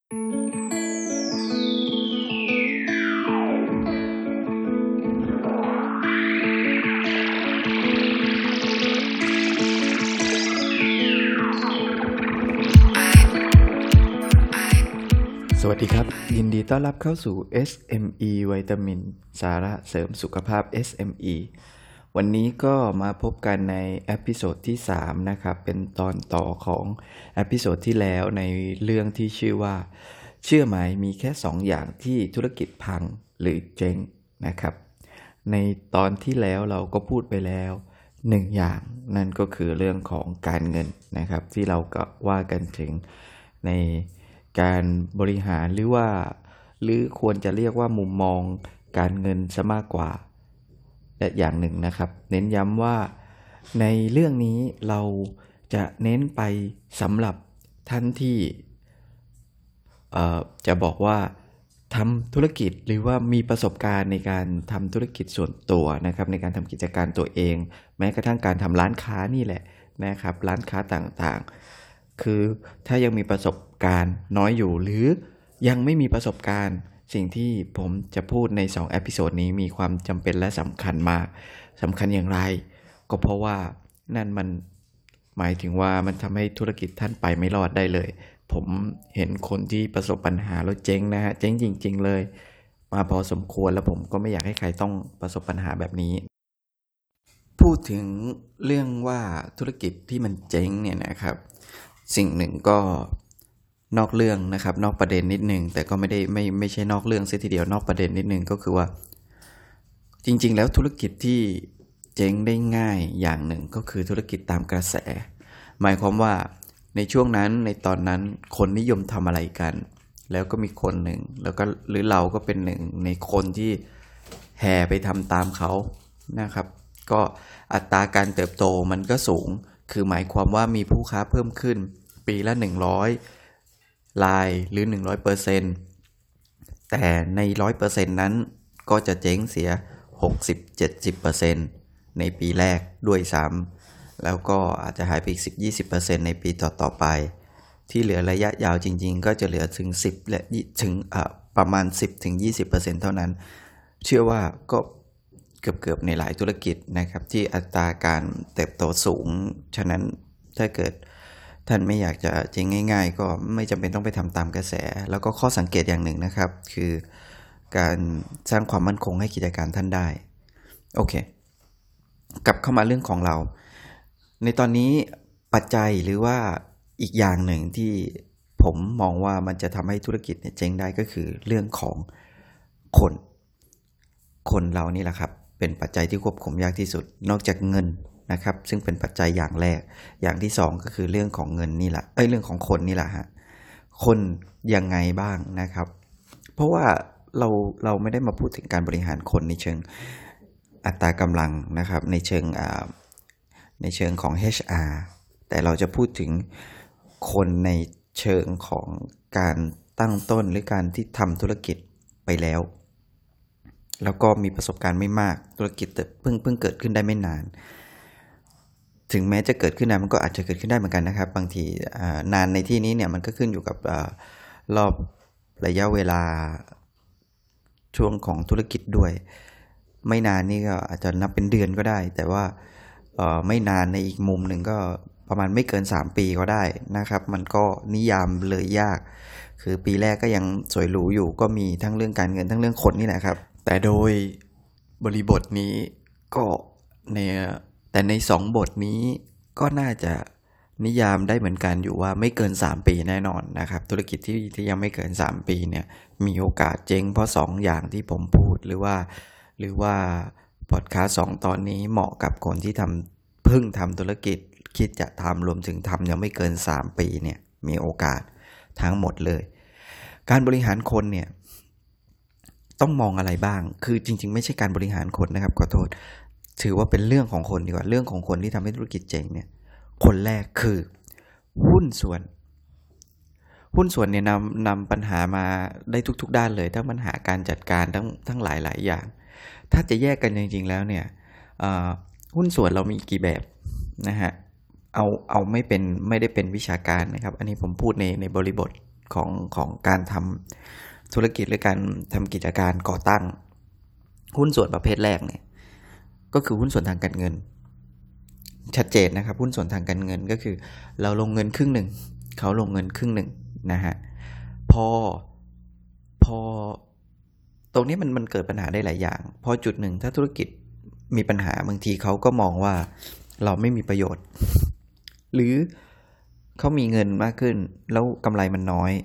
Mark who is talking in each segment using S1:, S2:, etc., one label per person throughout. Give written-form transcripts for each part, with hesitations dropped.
S1: สวัสดีครับยินดีต้อนรับเข้าสู่ SME วิตามินสาระเสริมสุขภาพ SME วันนี้ก็มาพบกันในเอพิโซดที่3นะครับเป็นตอนต่อของเอพิโซดที่แล้วในเรื่องที่ชื่อว่าเชื่อไหมมีแค่2อย่างที่ธุรกิจพังหรือเจ๊งนะครับในตอนที่แล้วเราก็พูดไปแล้ว1อย่างนั่นก็คือเรื่องของการเงินนะครับที่เราก็ว่ากันถึงในการบริหารหรือควรจะเรียกว่ามุมมองการเงินซะมากกว่าและอย่างหนึ่งนะครับเน้นย้ำว่าในเรื่องนี้เราจะเน้นไปสำหรับท่านที่จะบอกว่าทำธุรกิจหรือว่ามีประสบการณ์ในการทำธุรกิจส่วนตัวนะครับในการทำกิจการตัวเองแม้กระทั่งการทำร้านค้านี่แหละนะครับร้านค้าต่างๆคือถ้ายังมีประสบการณ์น้อยอยู่หรือยังไม่มีประสบการณ์สิ่งที่ผมจะพูดใน2เอพิโซดนี้มีความจำเป็นและสำคัญมากสำคัญอย่างไรก็เพราะว่านั่นมันหมายถึงว่ามันทำให้ธุรกิจท่านไปไม่รอดได้เลยผมเห็นคนที่ประสบปัญหาแล้วเจ๊งนะฮะเจ๊งจริงๆเลยมาพอสมควรแล้วผมก็ไม่อยากให้ใครต้องประสบปัญหาแบบนี้พูดถึงเรื่องว่าธุรกิจที่มันเจ๊งเนี่ยนะครับสิ่งหนึ่งก็นอกเรื่องนะครับนอกประเด็นนิดนึงแต่ก็ไม่ใช่นอกเรื่องเสียทีเดียวนอกประเด็นนิดนึงก็คือว่าจริงๆแล้วธุรกิจที่เจ๊งได้ง่ายอย่างหนึ่งก็คือธุรกิจตามกระแสหมายความว่าในช่วงนั้นในตอนนั้นคนนิยมทำอะไรกันแล้วก็มีคนหนึ่งแล้วก็หรือเราก็เป็นหนึ่งในคนที่แห่ไปทำตามเขานะครับก็อัตราการเติบโตมันก็สูงคือหมายความว่ามีผู้ค้าเพิ่มขึ้นปีละ100รายหรือ 100% แต่ใน 100% นั้นก็จะเจ๊งเสีย 60-70% ในปีแรกด้วยซ้ำแล้วก็อาจจะหายไปอีก 10-20% ในปีต่อๆไปที่เหลือระยะยาวจริงๆก็จะเหลือถึง10และถึงประมาณ 10-20% เท่านั้นเชื่อว่าก็เกือบในหลายธุรกิจนะครับที่อัตราการเติบโตสูงฉะนั้นถ้าเกิดท่านไม่อยากจะเจ๊งง่ายๆก็ไม่จำเป็นต้องไปทำตามกระแสแล้วก็ข้อสังเกตอย่างหนึ่งนะครับคือการสร้างความมั่นคงให้กิจการท่านได้โอเคกลับเข้ามาเรื่องของเราในตอนนี้ปัจจัยหรือว่าอีกอย่างหนึ่งที่ผมมองว่ามันจะทำให้ธุรกิจเจ๊งได้ก็คือเรื่องของคนเรานี่แหละครับเป็นปัจจัยที่ควบคุมยากที่สุดนอกจากเงินนะครับซึ่งเป็นปัจจัยอย่างแรกอย่างที่2ก็คือเรื่องของเงินนี่แหละเรื่องของคนนี่แหละฮะคนยังไงบ้างนะครับเพราะว่าเราไม่ได้มาพูดถึงการบริหารคนในเชิงอัตรากำลังนะครับในเชิงของ HR แต่เราจะพูดถึงคนในเชิงของการตั้งต้นหรือการที่ทำธุรกิจไปแล้วก็มีประสบการณ์ไม่มากธุรกิจเพิ่งเกิดขึ้นได้ไม่นานถึงแม้จะเกิดขึ้นนานมันก็อาจจะเกิดขึ้นได้เหมือนกันนะครับบางทีนานในที่นี้เนี่ยมันก็ขึ้นอยู่กับรอบระยะเวลาช่วงของธุรกิจด้วยไม่นานนี่ก็อาจจะนับเป็นเดือนก็ได้แต่ว่าไม่นานในอีกมุมหนึ่งก็ประมาณไม่เกิน3ปีก็ได้นะครับมันก็นิยามเลยยากคือปีแรกก็ยังสวยหรูอยู่ก็มีทั้งเรื่องการเงินทั้งเรื่องคนนี่แหละครับแต่โดยบริบทนี้ก็แต่ใน2บทนี้ก็น่าจะนิยามได้เหมือนกันอยู่ว่าไม่เกิน3ปีแน่นอนนะครับธุรกิจที่ยังไม่เกิน3ปีเนี่ยมีโอกาสเจ๊งเพราะ2อย่างที่ผมพูดหรือว่าพอดคาสต์2ตอนนี้เหมาะกับคนที่เพิ่งทำธุรกิจคิดจะทำรวมถึงทำยังไม่เกิน3ปีเนี่ยมีโอกาสทั้งหมดเลยการบริหารคนเนี่ยต้องมองอะไรบ้างคือจริงๆไม่ใช่การบริหารคนนะครับขอโทษถือว่าเป็นเรื่องของคนดีกว่าเรื่องของคนที่ทำให้ธุรกิจเจ๊งเนี่ยคนแรกคือหุ้นส่วนเนี่ยนำปัญหามาได้ทุกๆด้านเลยทั้งปัญหาการจัดการทั้งหลายอย่างถ้าจะแยกกันจริงๆแล้วเนี่ยหุ้นส่วนเรามีกี่แบบนะฮะเอาไม่ได้เป็นวิชาการนะครับอันนี้ผมพูดในบริบทของการทำธุรกิจหรือการทำกิจการก่อตั้งหุ้นส่วนประเภทแรกเนี่ยก็คือหุ้นส่วนทางการเงินชัดเจนนะครับหุ้นส่วนทางการเงินก็คือเราลงเงินครึ่งหนึ่งเขาลงเงินครึ่งหนึ่งนะฮะพอตรงนี้มันเกิดปัญหาได้หลายอย่างพอจุดหนึ่งถ้าธุรกิจมีปัญหาบางทีเขาก็มองว่าเราไม่มีประโยชน์หรือเขามีเงินมากขึ้นแล้วกำไรมันน้อย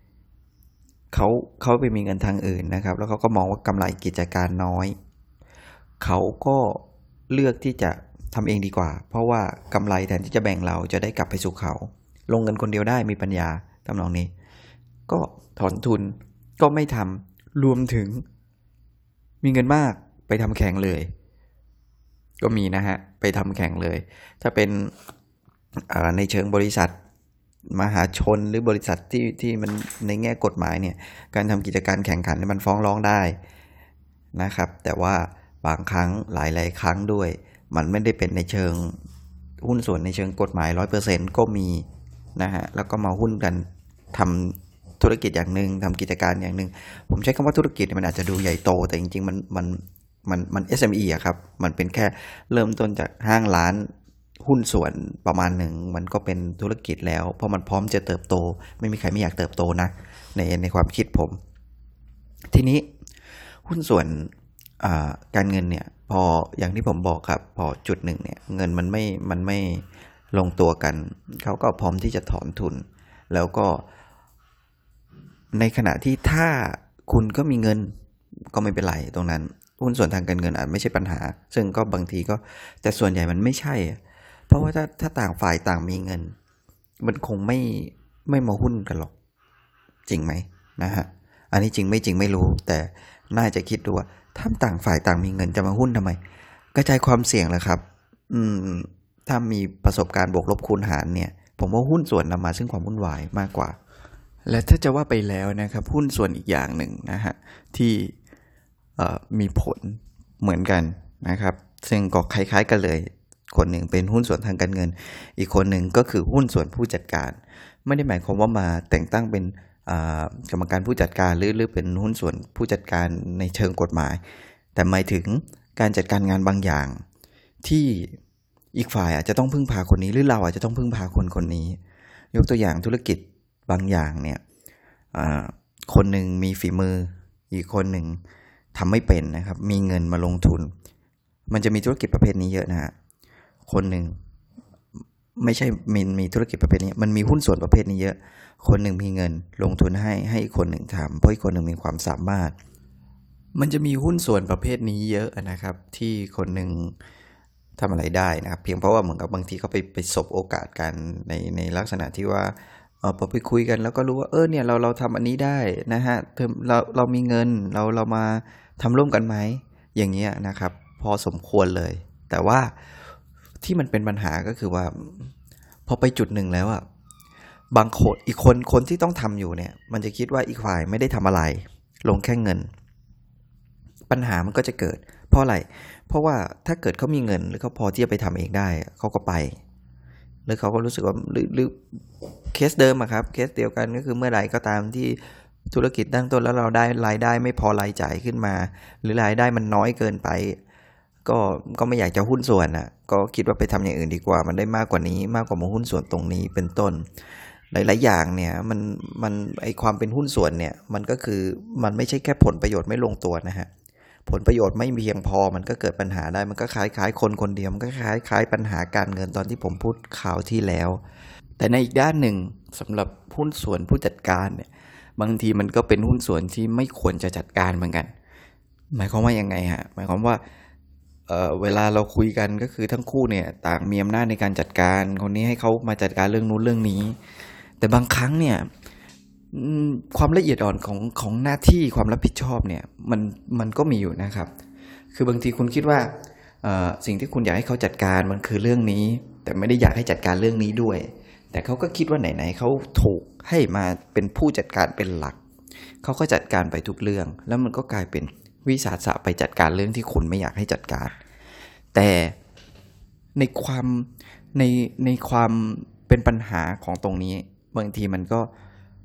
S1: เขาไปมีเงินทางอื่นนะครับแล้วเขาก็มองว่ากำไรกิจการน้อยเขาก็เลือกที่จะทำเองดีกว่าเพราะว่ากำไรแทนที่จะแบ่งเราจะได้กลับไปสู่เขาลงเงินคนเดียวได้มีปัญญาทำนองนี้ก็ถอนทุนก็ไม่ทำรวมถึงมีเงินมากไปทำแข่งเลยก็มีนะฮะไปทำแข่งเลยถ้าเป็นในเชิงบริษัทมหาชนหรือบริษัทที่มันในแง่กฎหมายเนี่ยการทำกิจการแข่งขันมันฟ้องร้องได้นะครับแต่ว่าบางครั้งหลายครั้งด้วยมันไม่ได้เป็นในเชิงหุ้นส่วนในเชิงกฎหมาย 100% ก็มีนะฮะแล้วก็มาหุ้นกันทำธุรกิจอย่างนึงทำกิจการอย่างนึงผมใช้คำว่าธุรกิจมันอาจจะดูใหญ่โตแต่จริงๆมัน SME อะครับมันเป็นแค่เริ่มต้นจากห้างร้านหุ้นส่วนประมาณหนึ่งมันก็เป็นธุรกิจแล้วเพราะมันพร้อมจะเติบโตไม่มีใครไม่อยากเติบโตนะในความคิดผมทีนี้หุ้นส่วนการเงินเนี่ยพออย่างที่ผมบอกครับพอจุดหนึ่งเนี่ยเงินมันไม่ลงตัวกันเขาก็พร้อมที่จะถอนทุนแล้วก็ในขณะที่ถ้าคุณก็มีเงินก็ไม่เป็นไรตรงนั้นหุ้นส่วนทางการเงินอาจไม่ใช่ปัญหาซึ่งก็บางทีก็แต่ส่วนใหญ่มันไม่ใช่เพราะว่าถ้าต่างฝ่ายต่างมีเงินมันคงไม่มาหุ้นกันหรอกจริงไหมนะฮะอันนี้จริงไม่จริงไม่รู้แต่น่าจะคิดดูว่าถ้าต่างฝ่ายต่างมีเงินจะมาหุ้นทำไมกระจายความเสี่ยงแหละครับถ้ามีประสบการณ์บวกลบคูณหารเนี่ยผมว่าหุ้นส่วนนำมาซึ่งความวุ่นวายมากกว่าและถ้าจะว่าไปแล้วนะครับหุ้นส่วนอีกอย่างหนึ่งนะฮะที่มีผลเหมือนกันนะครับซึ่งก็คล้ายๆกันเลยคนหนึ่งเป็นหุ้นส่วนทางการเงินอีกคนหนึ่งก็คือหุ้นส่วนผู้จัดการไม่ได้หมายความว่ามาแต่งตั้งเป็นกรรมการผู้จัดการหรือเป็นหุ้นส่วนผู้จัดการในเชิงกฎหมายแต่หมายถึงการจัดการงานบางอย่างที่อีกฝ่ายอาจจะต้องพึ่งพาคนนี้หรือเราอาจจะต้องพึ่งพาคนนี้ยกตัวอย่างธุรกิจบางอย่างเนี่ยคนหนึ่งมีฝีมืออีกคนหนึ่งทำไม่เป็นนะครับมีเงินมาลงทุนมันจะมีธุรกิจประเภทนี้เยอะนะฮะคนหนึ่งไม่ใช่มีธุรกิจประเภทนี้มันมีหุ้นส่วนประเภทนี้เยอะคนหนึ่งมีเงินลงทุนให้อีกคนหนึ่งทำเพราะอีกคนหนึ่งมีความสามารถมันจะมีหุ้นส่วนประเภทนี้เยอะนะครับที่คนหนึ่งทำอะไรได้นะครับเพียงเพราะว่าเหมือนกับบางทีเขาไปสบโอกาสกันในลักษณะที่ว่าพอไปคุยกันแล้วก็รู้ว่าเนี่ยเราทำอันนี้ได้นะฮะเรามีเงินเรามาทำร่วมกันไหมอย่างเงี้ยนะครับพอสมควรเลยแต่ว่าที่มันเป็นปัญหาก็คือว่าพอไปจุดหนึ่งแล้วอ่ะบางคนอีกคนที่ต้องทำอยู่เนี่ยมันจะคิดว่าอีกฝ่ายไม่ได้ทำอะไรลงแค่เงินปัญหามันก็จะเกิดเพราะอะไรเพราะว่าถ้าเกิดเขามีเงินหรือเขาพอที่จะไปทำเองได้เขาก็ไปหรือเขาก็รู้สึกว่าหรือเคสเดิมอะครับเคสเดียวกันก็คือเมื่อไหร่ก็ตามที่ธุรกิจตั้งต้นแล้วเราได้รายได้ไม่พอรายจ่ายขึ้นมาหรือรายได้มันน้อยเกินไปก็ไม่อยากจะหุ้นส่วนอ่ะก็คิดว่าไปทำอย่างอื่นดีกว่ามันได้มากกว่านี้มากกว่ามาหุ้นส่วนตรงนี้เป็นต้นหลายๆอย่างเนี่ยมันไอความเป็นหุ้นส่วนเนี่ยมันก็คือมันไม่ใช่แค่ผลประโยชน์ไม่ลงตัวนะฮะผลประโยชน์ไม่เพียงพอมันก็เกิดปัญหาได้มันก็คล้ายๆคนเดียวมันก็คล้ายปัญหาการเงินตอนที่ผมพูดข่าวที่แล้วแต่ในอีกด้านหนึ่งสำหรับหุ้นส่วนผู้จัดการเนี่ยบางทีมันก็เป็นหุ้นส่วนที่ไม่ควรจะจัดการเหมือนกันหมายความว่ายังไงฮะหมายความว่าเวลาเราคุยกันก็คือทั้งคู่เนี่ยต่างมีอำนาจในการจัดการคนนี้ให้เขามาจัดการเรื่องนู้นเรื่องนี้แต่บางครั้งเนี่ยความละเอียดอ่อนของหน้าที่ความรับผิดชอบเนี่ยมันก็มีอยู่นะครับคือบางทีคุณคิดว่าสิ่งที่คุณอยากให้เขาจัดการมันคือเรื่องนี้แต่ไม่ได้อยากให้จัดการเรื่องนี้ด้วยแต่เขาก็คิดว่าไหนๆเขาถูกให้มาเป็นผู้จัดการเป็นหลักเขาก็จัดการไปทุกเรื่องแล้วมันก็กลายเป็นวิสาสะไปจัดการเรื่องที่คุณไม่อยากให้จัดการแต่ในความเป็นปัญหาของตรงนี้บางทีมันก็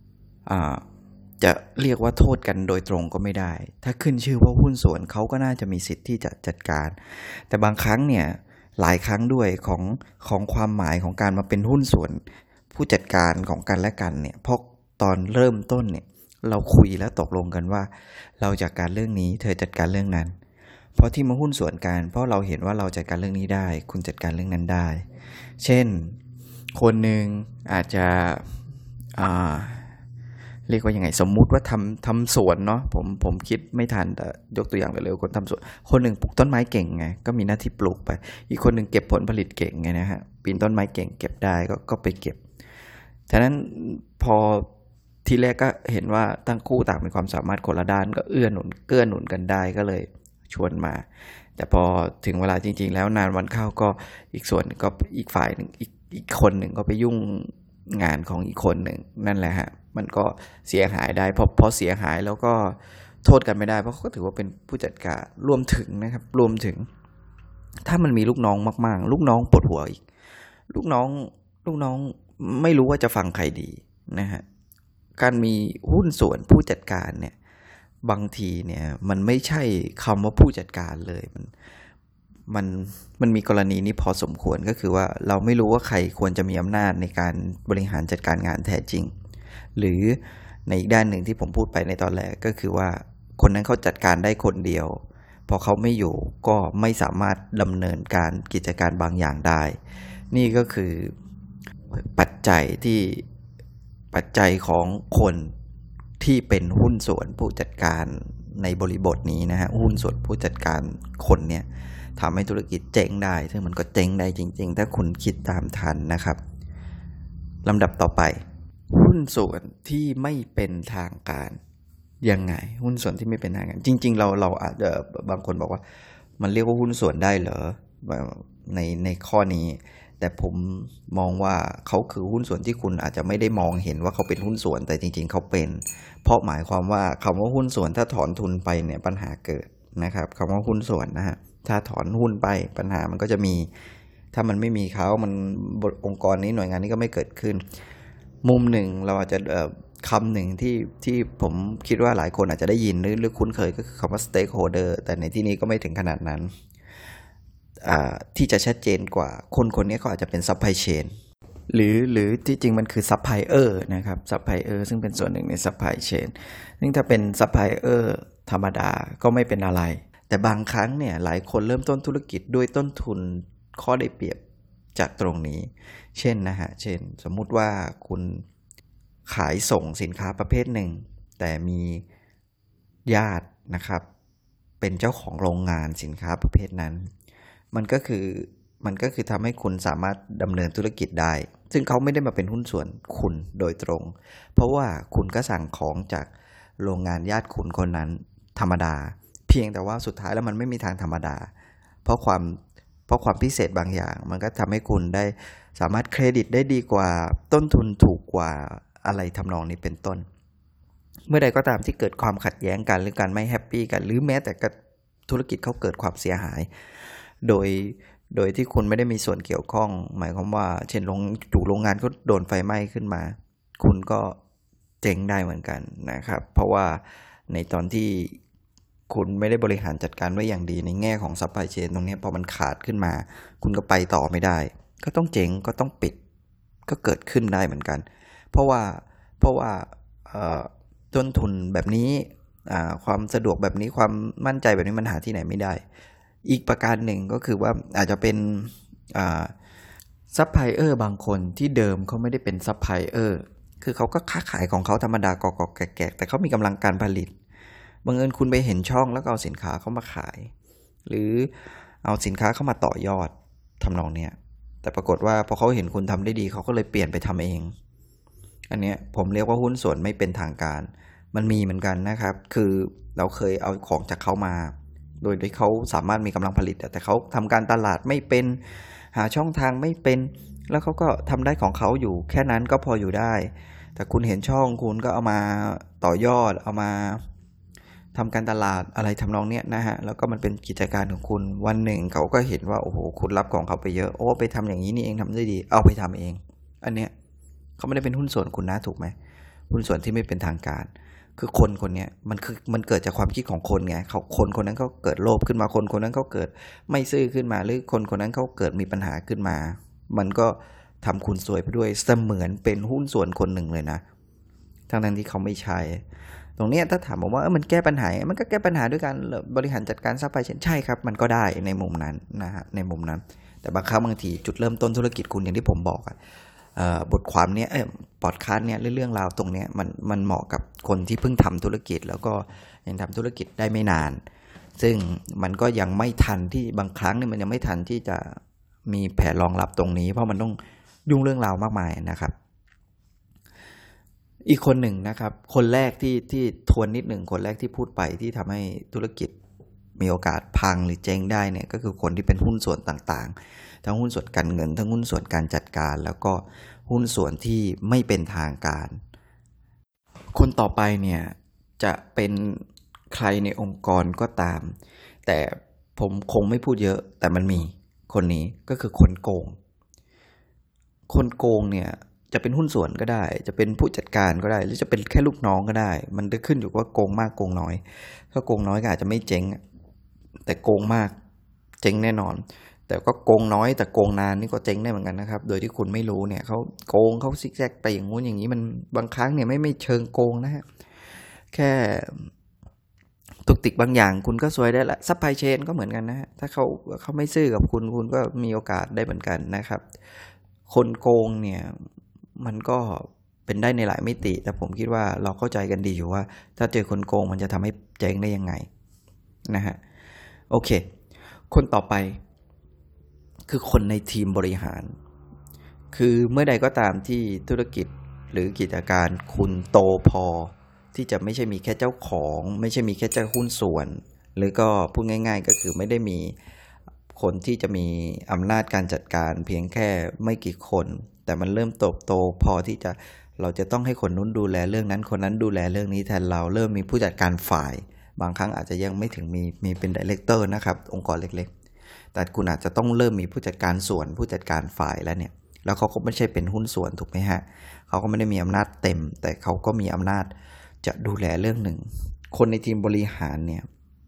S1: จะเรียกว่าโทษกันโดยตรงก็ไม่ได้ถ้าขึ้นชื่อว่าหุ้นส่วนเขาก็น่าจะมีสิทธิ์ที่จะจัดการแต่บางครั้งเนี่ยหลายครั้งด้วยของความหมายของการมาเป็นหุ้นส่วนผู้จัดการของกันและกันเนี่ยเพราะตอนเริ่มต้นเนี่ยเราคุยแล้วตกลงกันว่าเราจัดการเรื่องนี้เธอจัดการเรื่องนั้นเพราะที่มาหุ้นส่วนกันเพราะเราเห็นว่าเราจัดการเรื่องนี้ได้คุณจัดการเรื่องนั้นได้เช่นคนหนึ่งอาจจะเรียกว่ายังไงสมมุติว่าทำสวนเนาะผมคิดไม่ทันแต่ยกตัวอย่างเร็วๆคนทำสวนคนหนึ่งปลูกต้นไม้เก่งไงก็มีหน้าที่ปลูกไปอีกคนหนึ่งเก็บผลผลิตเก่งไงนะฮะปีนต้นไม้เก่งเก็บได้ก็ไปเก็บฉะนั้นพอทีแรกก็เห็นว่าทั้งคู่ต่างมีความสามารถคนละด้านก็เกื้อหนุนกันได้ก็เลยชวนมาแต่พอถึงเวลาจริงๆแล้วนานวันเข้าก็อีกส่วนก็อีกฝ่ายนึงอีกคนหนึ่งก็ไปยุ่งงานของอีกคนหนึ่งนั่นแหละฮะมันก็เสียหายได้พอเสียหายแล้วก็โทษกันไม่ได้เพราะเขาก็ถือว่าเป็นผู้จัดการรวมถึงถ้ามันมีลูกน้องมากๆลูกน้องปวดหัวอีกลูกน้องไม่รู้ว่าจะฟังใครดีนะฮะการมีหุ้นส่วนผู้จัดการเนี่ยบางทีเนี่ยมันไม่ใช่คำว่าผู้จัดการเลยมันมีกรณีนี้พอสมควรก็คือว่าเราไม่รู้ว่าใครควรจะมีอำนาจในการบริหารจัดการงานแท้จริงหรือในอีกด้านหนึ่งที่ผมพูดไปในตอนแรกก็คือว่าคนนั้นเขาจัดการได้คนเดียวพอเขาไม่อยู่ก็ไม่สามารถดำเนินการกิจการบางอย่างได้นี่ก็คือปัจจัยของคนที่เป็นหุ้นส่วนผู้จัดการในบริบทนี้นะฮะหุ้นส่วนผู้จัดการคนเนี่ยทำให้ธุรกิจเจ๊งได้ซึ่งมันก็เจ๊งได้จริงๆถ้าคุณคิดตามทันนะครับลำดับต่อไปหุ้นส่วนที่ไม่เป็นทางการยังไงหุ้นส่วนที่ไม่เป็นทางการจริงๆเราอาจจะบางคนบอกว่ามันเรียกว่าหุ้นส่วนได้เหรอในข้อนี้แต่ผมมองว่าเขาคือหุ้นส่วนที่คุณอาจจะไม่ได้มองเห็นว่าเขาเป็นหุ้นส่วนแต่จริงๆเขาเป็นเพราะหมายความว่าคำว่าหุ้นส่วนถ้าถอนทุนไปเนี่ยปัญหาเกิดนะครับคำว่าหุ้นส่วนนะฮะถ้าถอนหุ้นไปปัญหามันก็จะมีถ้ามันไม่มีเขามันองค์กรนี้หน่วยงานนี้ก็ไม่เกิดขึ้นมุมหนึ่งเราอาจจะคำหนึ่งที่ผมคิดว่าหลายคนอาจจะได้ยินหรือคุ้นเคยก็คือคำว่า stakeholder แต่ในที่นี้ก็ไม่ถึงขนาดนั้นที่จะชัดเจนกว่าคนนี้เขาอาจจะเป็น supply chain หรือที่จริงมันคือ supplier นะครับ supplier ซึ่งเป็นส่วนหนึ่งใน supply chain ซึ่งถ้าเป็น supplier ธรรมดาก็ไม่เป็นอะไรแต่บางครั้งเนี่ยหลายคนเริ่มต้นธุรกิจด้วยต้นทุนข้อได้เปรียบจากตรงนี้เช่นสมมุติว่าคุณขายส่งสินค้าประเภทหนึ่งแต่มีญาตินะครับเป็นเจ้าของโรงงานสินค้าประเภทนั้นมันก็คือทำให้คุณสามารถดำเนินธุรกิจได้ซึ่งเขาไม่ได้มาเป็นหุ้นส่วนคุณโดยตรงเพราะว่าคุณก็สั่งของจากโรงงานญาติคุณคนนั้นธรรมดาเพียงแต่ว่าสุดท้ายแล้วมันไม่มีทางธรรมดาเพราะความพิเศษบางอย่างมันก็ทำให้คุณได้สามารถเครดิตได้ดีกว่าต้นทุนถูกกว่าอะไรทำนองนี้เป็นต้นเมื่อใดก็ตามที่เกิดความขัดแย้งกันหรือการไม่แฮปปี้กันหรือแม้แต่ธุรกิจเขาเกิดความเสียหายโดยที่คุณไม่ได้มีส่วนเกี่ยวข้องหมายความว่าเช่นโรงงานก็โดนไฟไหม้ขึ้นมาคุณก็เจ๊งได้เหมือนกันนะครับเพราะว่าในตอนที่คุณไม่ได้บริหารจัดการไว้อย่างดีในแง่ของซัพพลายเชนตรงนี้พอมันขาดขึ้นมาคุณก็ไปต่อไม่ได้ก็ต้องเจ๊งก็ต้องปิดก็เกิดขึ้นได้เหมือนกันเพราะว่าต้นทุนแบบนี้ความสะดวกแบบนี้ความมั่นใจแบบนี้มันหาที่ไหนไม่ได้อีกประการหนึ่งก็คือว่าอาจจะเป็นซัพพลายเออร์บางคนที่เดิมเขาไม่ได้เป็นซัพพลายเออร์คือเขาก็ค้าขายของเขาธรรมดากอกแกะแต่เขามีกำลังการผลิตบังเอิญคุณไปเห็นช่องแล้วก็เอาสินค้าเข้ามาขายหรือเอาสินค้าเข้ามาต่อยอดทำนองเนี้ยแต่ปรากฏว่าพอเขาเห็นคุณทำได้ดีเขาก็เลยเปลี่ยนไปทำเองอันเนี้ยผมเรียกว่าหุ้นส่วนไม่เป็นทางการมันมีเหมือนกันนะครับคือเราเคยเอาของจากเขามาโดยที่เขาสามารถมีกำลังผลิตแต่เขาทำการตลาดไม่เป็นหาช่องทางไม่เป็นแล้วเขาก็ทำได้ของเขาอยู่แค่นั้นก็พออยู่ได้แต่คุณเห็นช่องคุณก็เอามาต่อยอดเอามาทำการตลาดอะไรทำนองเนี้ยนะฮะแล้วก็มันเป็นกิจการของคุณวันหนึ่งเขาก็เห็นว่าโอ้โหคุณรับของเขาไปเยอะโอ้ไปทำอย่างนี้นี่เองทำได้ดีเอาไปทำเองอันเนี้ยเขาไม่ได้เป็นหุ้นส่วนคุณนะถูกไหมหุ้นส่วนที่ไม่เป็นทางการคือคนคนนี้มันเกิดจากความคิดของคนไงคนคนนั้นเขาเกิดโลภขึ้นมาคนคนนั้นเขาเกิดไม่ซื่อขึ้นมาหรือคนคนนั้นเขาเกิดมีปัญหาขึ้นมามันก็ทำคุณซวยไปด้วยเสมือนเป็นหุ้นส่วนคนหนึ่งเลยนะทั้งที่เขาไม่ใช่ตรงนี้ถ้าถามผมว่ามันแก้ปัญหามันก็แก้ปัญหาด้วยการบริหารจัดการซัพพลายเชนใช่ครับมันก็ได้ในมุมนั้นนะฮะในมุมนั้นแต่บางครั้งบางทีจุดเริ่มต้นธุรกิจคุณอย่างที่ผมบอกบทความเนี้ยพอดคาสต์เนี้ยเรื่องราวตรงเนี้ยมันเหมาะกับคนที่เพิ่งทำธุรกิจแล้วก็ยังทำธุรกิจได้ไม่นานซึ่งมันก็ยังไม่ทันที่บางครั้งเนี่ยมันยังไม่ทันที่จะมีแผนรองรับตรงนี้เพราะมันต้องยุ่งเรื่องราวมากมายนะครับอีกคนหนึ่งนะครับคนแรกที่ทวนนิดหนึ่งคนแรกที่พูดไปที่ทำให้ธุรกิจมีโอกาสพังหรือเจ๊งได้เนี่ยก็คือคนที่เป็นหุ้นส่วนต่างๆทั้งหุ้นส่วนการเงินทั้งหุ้นส่วนการจัดการแล้วก็หุ้นส่วนที่ไม่เป็นทางการคนต่อไปเนี่ยจะเป็นใครในองค์กรก็ตามแต่ผมคงไม่พูดเยอะแต่มันมีคนนี้ก็คือคนโกงเนี่ยจะเป็นหุ้นส่วนก็ได้จะเป็นผู้จัดการก็ได้หรือจะเป็นแค่ลูกน้องก็ได้มันจะขึ้นอยู่ว่าโกงมากโกงน้อยถ้าโกงน้อยก็อาจจะไม่เจ๊งแต่โกงมากเจ๊งแน่นอนแต่ก็โกงน้อยแต่โกงนานนี่ก็เจ๊งได้เหมือนกันนะครับโดยที่คุณไม่รู้เนี่ยเขาโกงเขาซิกแซกไปอย่างงู้นอย่างนี้มันบางครั้งเนี่ยไม่เชิงโกงนะฮะแค่ตุกติกบางอย่างคุณก็ซวยได้ละซัพพลายเชนก็เหมือนกันนะฮะถ้าเขาไม่ซื่อกับคุณก็มีโอกาสได้เหมือนกันนะครับคนโกงเนี่ยมันก็เป็นได้ในหลายมิติแต่ผมคิดว่าเราเข้าใจกันดีอยู่ว่าถ้าเจอคนโกงมันจะทำให้เจ๊งได้ยังไงนะฮะโอเคคนต่อไปคือคนในทีมบริหารคือเมื่อใดก็ตามที่ธุรกิจหรือกิจการคุณโตพอที่จะไม่ใช่มีแค่เจ้าของไม่ใช่มีแค่เจ้าหุ้นส่วนหรือก็พูดง่ายๆก็คือไม่ได้มีคนที่จะมีอำนาจการจัดการเพียงแค่ไม่กี่คนแต่มันเริ่มโตพอที่เราจะต้องให้คนนู้นดูแลเรื่องนั้นคนนั้นดูแลเรื่องนี้แทนเราเริ่มมีผู้จัดการฝ่ายบางครั้งอาจจะยังไม่ถึงมีเป็นไดเรคเตอร์นะครับองค์กรเล็กๆแต่คุณอาจจะต้องเริ่มมีผู้จัดการส่วนผู้จัดการฝ่ายแล้วเนี่ยแล้วเขาก็ไม่ใช่เป็นหุ้นส่วนถูกไหมฮะเขาก็ไม่ได้มีอำนาจเต็มแต่เขาก็มีอำนาจจะดูแลเรื่องหนึ่งคนในทีมบริหารเนี่ย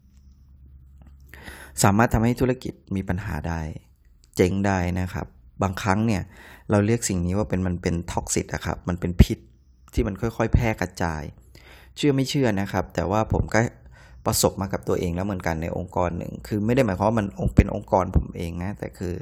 S1: สามารถทำให้ธุรกิจมีปัญหาได้เจ๊งได้นะครับบางครั้งเนี่ยเราเรียกสิ่งนี้ว่ามันเป็นท็อกซิตอะครับมันเป็นพิษที่มันค่อยๆแพร่กระจายเชื่อไม่เชื่อนะครับแต่ว่าผมก็ประสบมากับตัวเองแล้วเหมือนกันในองค์กรหนึ่งคือไม่ได้หมายความว่ามันเป็นองค์กรผมเองนะแต่คือ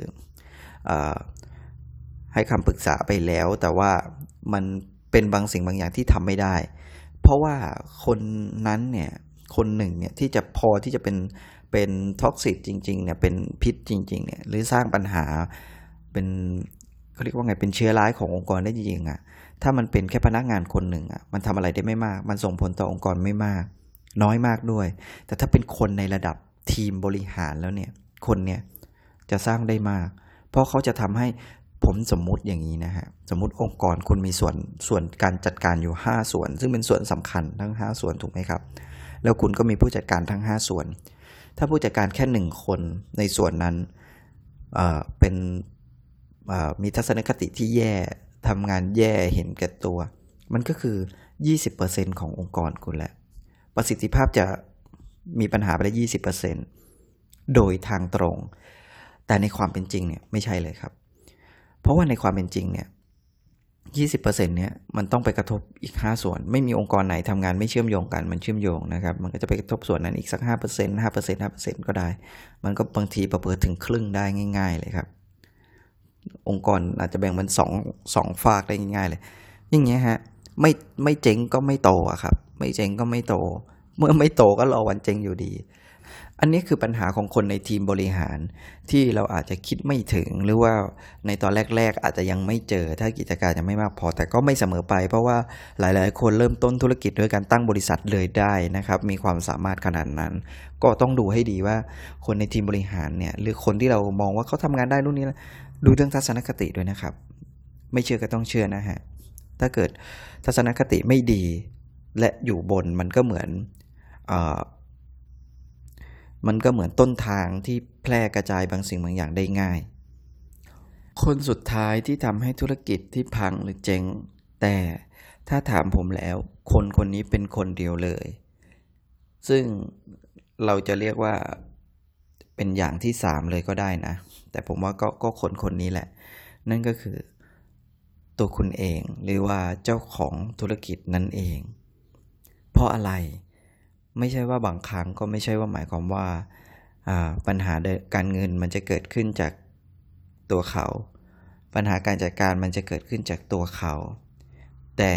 S1: ให้คำปรึกษาไปแล้วแต่ว่ามันเป็นบางสิ่งบางอย่างที่ทำไม่ได้เพราะว่าคนนั้นเนี่ยคนหนึ่งเนี่ยที่จะพอที่จะเป็นท็อกซิกจริงๆเนี่ยเป็นพิษจริงๆเนี่ยหรือสร้างปัญหาเป็นเขาเรียกว่าไงเป็นเชื้อร้ายขององค์กรได้จริงๆถ้ามันเป็นแค่พนักงานคนหนึ่งมันทำอะไรได้ไม่มากมันส่งผลต่อองค์กรไม่มากน้อยมากด้วยแต่ถ้าเป็นคนในระดับทีมบริหารแล้วเนี่ยคนเนี่ยจะสร้างได้มากเพราะเขาจะทำให้ผมสมมุติอย่างนี้นะฮะสมมุติองค์กรคุณมีส่วนการจัดการอยู่5ส่วนซึ่งเป็นส่วนสำคัญทั้ง5ส่วนถูกไหมครับแล้วคุณก็มีผู้จัดการทั้ง5ส่วนถ้าผู้จัดการแค่1คนในส่วนนั้นเป็นมีทัศนคติที่แย่ทำงานแย่เห็นแก่ตัวมันก็คือ 20% ขององค์กรคุณแหละประสิทธิภาพจะมีปัญหาไปได้ 20% โดยทางตรงแต่ในความเป็นจริงเนี่ยไม่ใช่เลยครับเพราะว่าในความเป็นจริงเนี่ย 20% เนี่ยมันต้องไปกระทบอีก5ส่วนไม่มีองค์กรไหนทำงานไม่เชื่อมโยงกันมันเชื่อมโยงนะครับมันก็จะไปกระทบส่วนนั้นอีกสัก 5% 5% ก็ได้มันก็บางทีประเมินถึงครึ่งได้ง่ายๆเลยครับองค์กรอาจจะแบ่งเป็น2ฝากได้ง่ายๆเลยอย่างเงี้ยฮะไม่เจ๊งก็ไม่โตอะครับไม่เจ๊งก็ไม่โตเมื่อไม่โตก็รอวันเจ๊งอยู่ดีอันนี้คือปัญหาของคนในทีมบริหารที่เราอาจจะคิดไม่ถึงหรือว่าในตอนแรกๆอาจจะยังไม่เจอถ้ากิจการยังไม่มากพอแต่ก็ไม่เสมอไปเพราะว่าหลายๆคนเริ่มต้นธุรกิจด้วยการตั้งบริษัทเลยได้นะครับมีความสามารถขนาดนั้นก็ต้องดูให้ดีว่าคนในทีมบริหารเนี่ยหรือคนที่เรามองว่าเขาทำงานได้รุ่นนี้ดูเรื่องทัศนคติด้วยนะครับไม่เชื่อก็ต้องเชื่อนะฮะถ้าเกิดทัศนคติไม่ดีและอยู่บนมันก็เหมือนต้นทางที่แพร่กระจายบางสิ่งบางอย่างได้ง่ายคนสุดท้ายที่ทำให้ธุรกิจที่พังหรือเจ๊งแต่ถ้าถามผมแล้วคนคนนี้เป็นคนเดียวเลยซึ่งเราจะเรียกว่าเป็นอย่างที่3เลยก็ได้นะแต่ผมว่าก็คนคนนี้แหละนั่นก็คือตัวคุณเองหรือว่าเจ้าของธุรกิจนั่นเองเพราะอะไรไม่ใช่ว่าบางครั้งก็ไม่ใช่ว่าหมายความว่าปัญหาการเงินมันจะเกิดขึ้นจากตัวเขาปัญหาการจัดการมันจะเกิดขึ้นจากตัวเขาแต่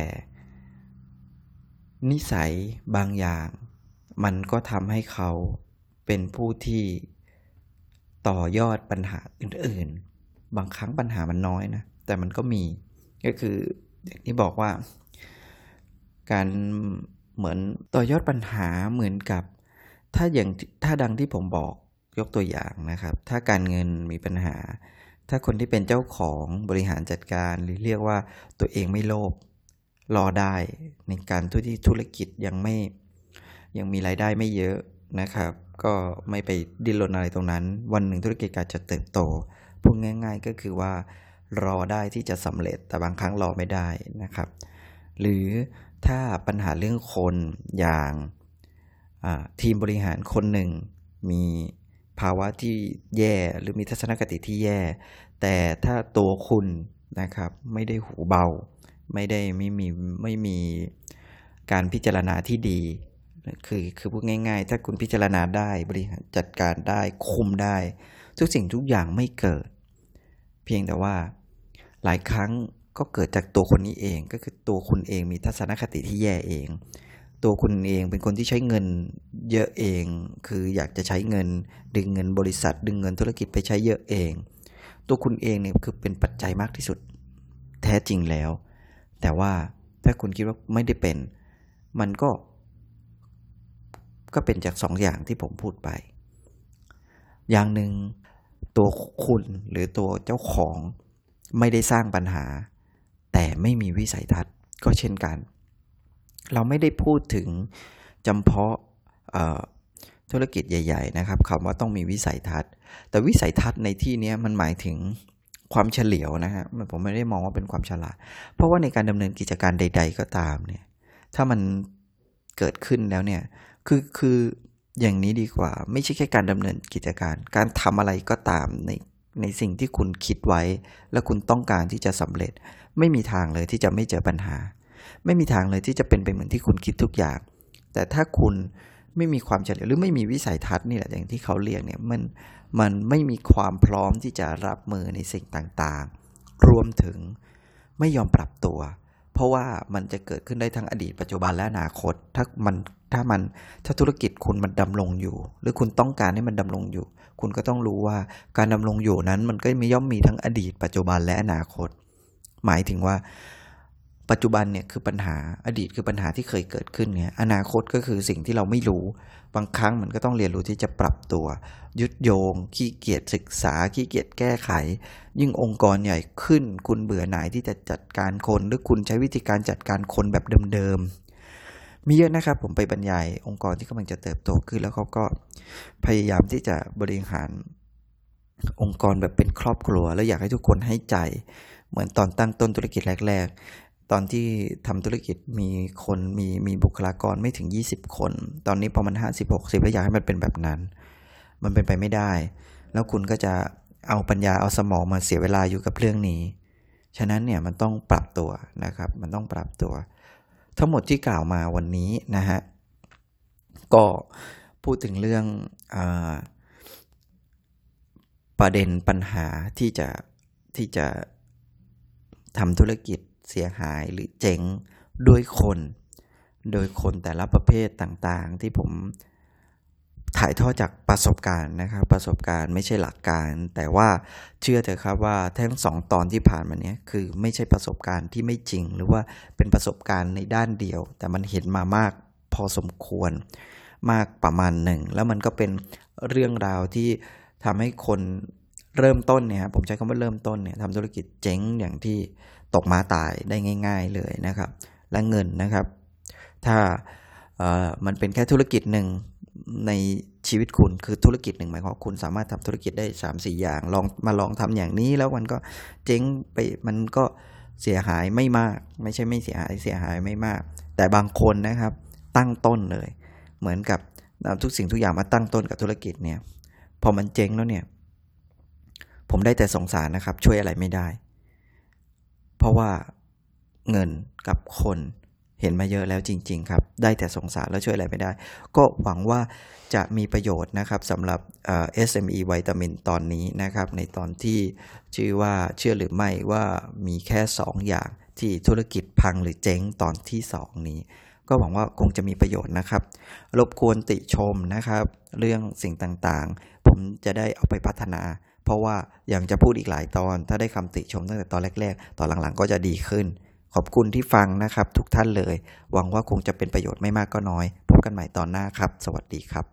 S1: นิสัยบางอย่างมันก็ทำให้เขาเป็นผู้ที่ต่อยอดปัญหาอื่นๆบางครั้งปัญหามันน้อยนะแต่มันก็มีก็คืออย่างที่บอกว่าการเหมือนต่อยอดปัญหาเหมือนกับถ้าดังที่ผมบอกยกตัวอย่างนะครับถ้าการเงินมีปัญหาถ้าคนที่เป็นเจ้าของบริหารจัดการหรือเรียกว่าตัวเองไม่โลภรอได้ในการที่ธุรกิจยังมีรายได้ไม่เยอะนะครับก็ไม่ไปดิ้นรนอะไรตรงนั้นวันหนึ่งธุรกิจการจะเติบโตพูดง่ายๆก็คือว่ารอได้ที่จะสำเร็จแต่บางครั้งรอไม่ได้นะครับหรือถ้าปัญหาเรื่องคนอย่างทีมบริหารคนหนึ่งมีภาวะที่แย่หรือมีทัศนคติที่แย่แต่ถ้าตัวคุณนะครับไม่ได้หูเบาไม่มีการพิจารณาที่ดีคือพูดง่ายๆถ้าคุณพิจารณาได้บริหารจัดการได้คุมได้ทุกสิ่งทุกอย่างไม่เกิดเพียงแต่ว่าหลายครั้งก็เกิดจากตัวคนนี้เองก็คือตัวคุณเองมีทัศนคติที่แย่เองตัวคุณเองเป็นคนที่ใช้เงินเยอะเองคืออยากจะใช้เงินดึงเงินบริษัทดึงเงินธุรกิจไปใช้เยอะเองตัวคุณเองเนี่ยคือเป็นปัจจัยมากที่สุดแท้จริงแล้วแต่ว่าถ้าคุณคิดว่าไม่ได้เป็นมันก็เป็นจาก2 อย่างที่ผมพูดไปอย่างหนึ่งตัวคุณหรือตัวเจ้าของไม่ได้สร้างปัญหาแต่ไม่มีวิสัยทัศน์ก็เช่นกันเราไม่ได้พูดถึงจำเพาะธุรกิจใหญ่ๆนะครับคำว่าต้องมีวิสัยทัศน์แต่วิสัยทัศน์ในที่นี้มันหมายถึงความเฉลียวนะฮะผมไม่ได้มองว่าเป็นความฉลาดเพราะว่าในการดำเนินกิจการใดๆก็ตามเนี่ยถ้ามันเกิดขึ้นแล้วเนี่ยคืออย่างนี้ดีกว่าไม่ใช่แค่การดำเนินกิจการทำอะไรก็ตามในสิ่งที่คุณคิดไว้และคุณต้องการที่จะสำเร็จไม่มีทางเลยที่จะไม่เจอปัญหาไม่มีทางเลยที่จะเป็นไปเหมือนที่คุณคิดทุกอย่างแต่ถ้าคุณไม่มีความเฉลียวหรือไม่มีวิสัยทัศน์นี่แหละอย่างที่เขาเรียกเนี่ยมันไม่มีความพร้อมที่จะรับมือในสิ่งต่างๆรวมถึงไม่ยอมปรับตัวเพราะว่ามันจะเกิดขึ้นได้ทั้งอดีตปัจจุบันและอนาคตถ้าธุรกิจคุณมันดำรงอยู่หรือคุณต้องการให้มันดำรงอยู่คุณก็ต้องรู้ว่าการดำรงอยู่นั้นมันก็ย่อมมีทั้งอดีตปัจจุบันและอนาคตหมายถึงว่าปัจจุบันเนี่ยคือปัญหาอดีตคือปัญหาที่เคยเกิดขึ้นไงอนาคตก็คือสิ่งที่เราไม่รู้บางครั้งมันก็ต้องเรียนรู้ที่จะปรับตัวยึดโยงขี้เกียจศึกษาขี้เกียจแก้ไขยิ่งองค์กรใหญ่ขึ้นคุณเบื่อหน่ายที่จะจัดการคนหรือคุณใช้วิธีการจัดการคนแบบเดิมๆมีเยอะนะครับผมไปบรรยายองค์กรที่กำลังจะเติบโตขึ้นแล้วเขาก็พยายามที่จะบริหารองค์กรแบบเป็นครอบครัวแล้วอยากให้ทุกคนให้ใจเหมือนตอนตั้งต้นธุรกิจแรกๆตอนที่ทำธุรกิจมีบุคลากรไม่ถึง20คนตอนนี้พอมัน50-60แล้วอยากให้มันเป็นแบบนั้นมันเป็นไปไม่ได้แล้วคุณก็จะเอาปัญญาเอาสมองมาเสียเวลาอยู่กับเรื่องนี้ฉะนั้นเนี่ยมันต้องปรับตัวนะครับมันต้องปรับตัวทั้งหมดที่กล่าวมาวันนี้นะฮะก็พูดถึงเรื่องประเด็นปัญหาที่จะทำธุรกิจเสียหายหรือเจ๊งโดยคนแต่ละประเภทต่างๆที่ผมถ่ายทอดจากประสบการณ์นะครับประสบการณ์ไม่ใช่หลักการแต่ว่าเชื่อเถอะครับว่าทั้ง2ตอนที่ผ่านมานี้คือไม่ใช่ประสบการณ์ที่ไม่จริงหรือว่าเป็นประสบการณ์ในด้านเดียวแต่มันเห็นมามากพอสมควรมากประมาณหนึ่งแล้วมันก็เป็นเรื่องราวที่ทำให้คนเริ่มต้นเนี่ยผมใช้คำว่าเริ่มต้นเนี่ยทำธุรกิจเจ๊งอย่างที่ตกม้าตายได้ง่ายๆเลยนะครับและเงินนะครับถ้ามันเป็นแค่ธุรกิจหนึ่งในชีวิตคุณคือธุรกิจหนึ่งหมายความคุณสามารถทำธุรกิจได้ 3-4 อย่างลองทำอย่างนี้แล้วมันก็เจ๊งไปมันก็เสียหายไม่มากไม่ใช่ไม่เสียหายไม่มากแต่บางคนนะครับตั้งต้นเลยเหมือนกับทุกสิ่งทุกอย่างมาตั้งต้นกับธุรกิจเนี่ยพอมันเจ๊งแล้วเนี่ยผมได้แต่สงสารนะครับช่วยอะไรไม่ได้เพราะว่าเงินกับคนเห็นมาเยอะแล้วจริงๆครับได้แต่สงสารแล้วช่วยอะไรไม่ได้ก็หวังว่าจะมีประโยชน์นะครับสำหรับSME วิตามินตอนนี้นะครับในตอนที่ชื่อว่าเชื่อหรือไม่ว่ามีแค่2อย่างที่ธุรกิจพังหรือเจ๊งตอนที่2นี้ก็หวังว่าคงจะมีประโยชน์นะครับรบกวนติชมนะครับเรื่องสิ่งต่างๆผมจะได้เอาไปพัฒนาเพราะว่าอย่างจะพูดอีกหลายตอนถ้าได้คำติชมตั้งแต่ตอนแรกๆตอนหลังๆก็จะดีขึ้นขอบคุณที่ฟังนะครับทุกท่านเลยหวังว่าคงจะเป็นประโยชน์ไม่มากก็น้อยพบกันใหม่ตอนหน้าครับสวัสดีครับ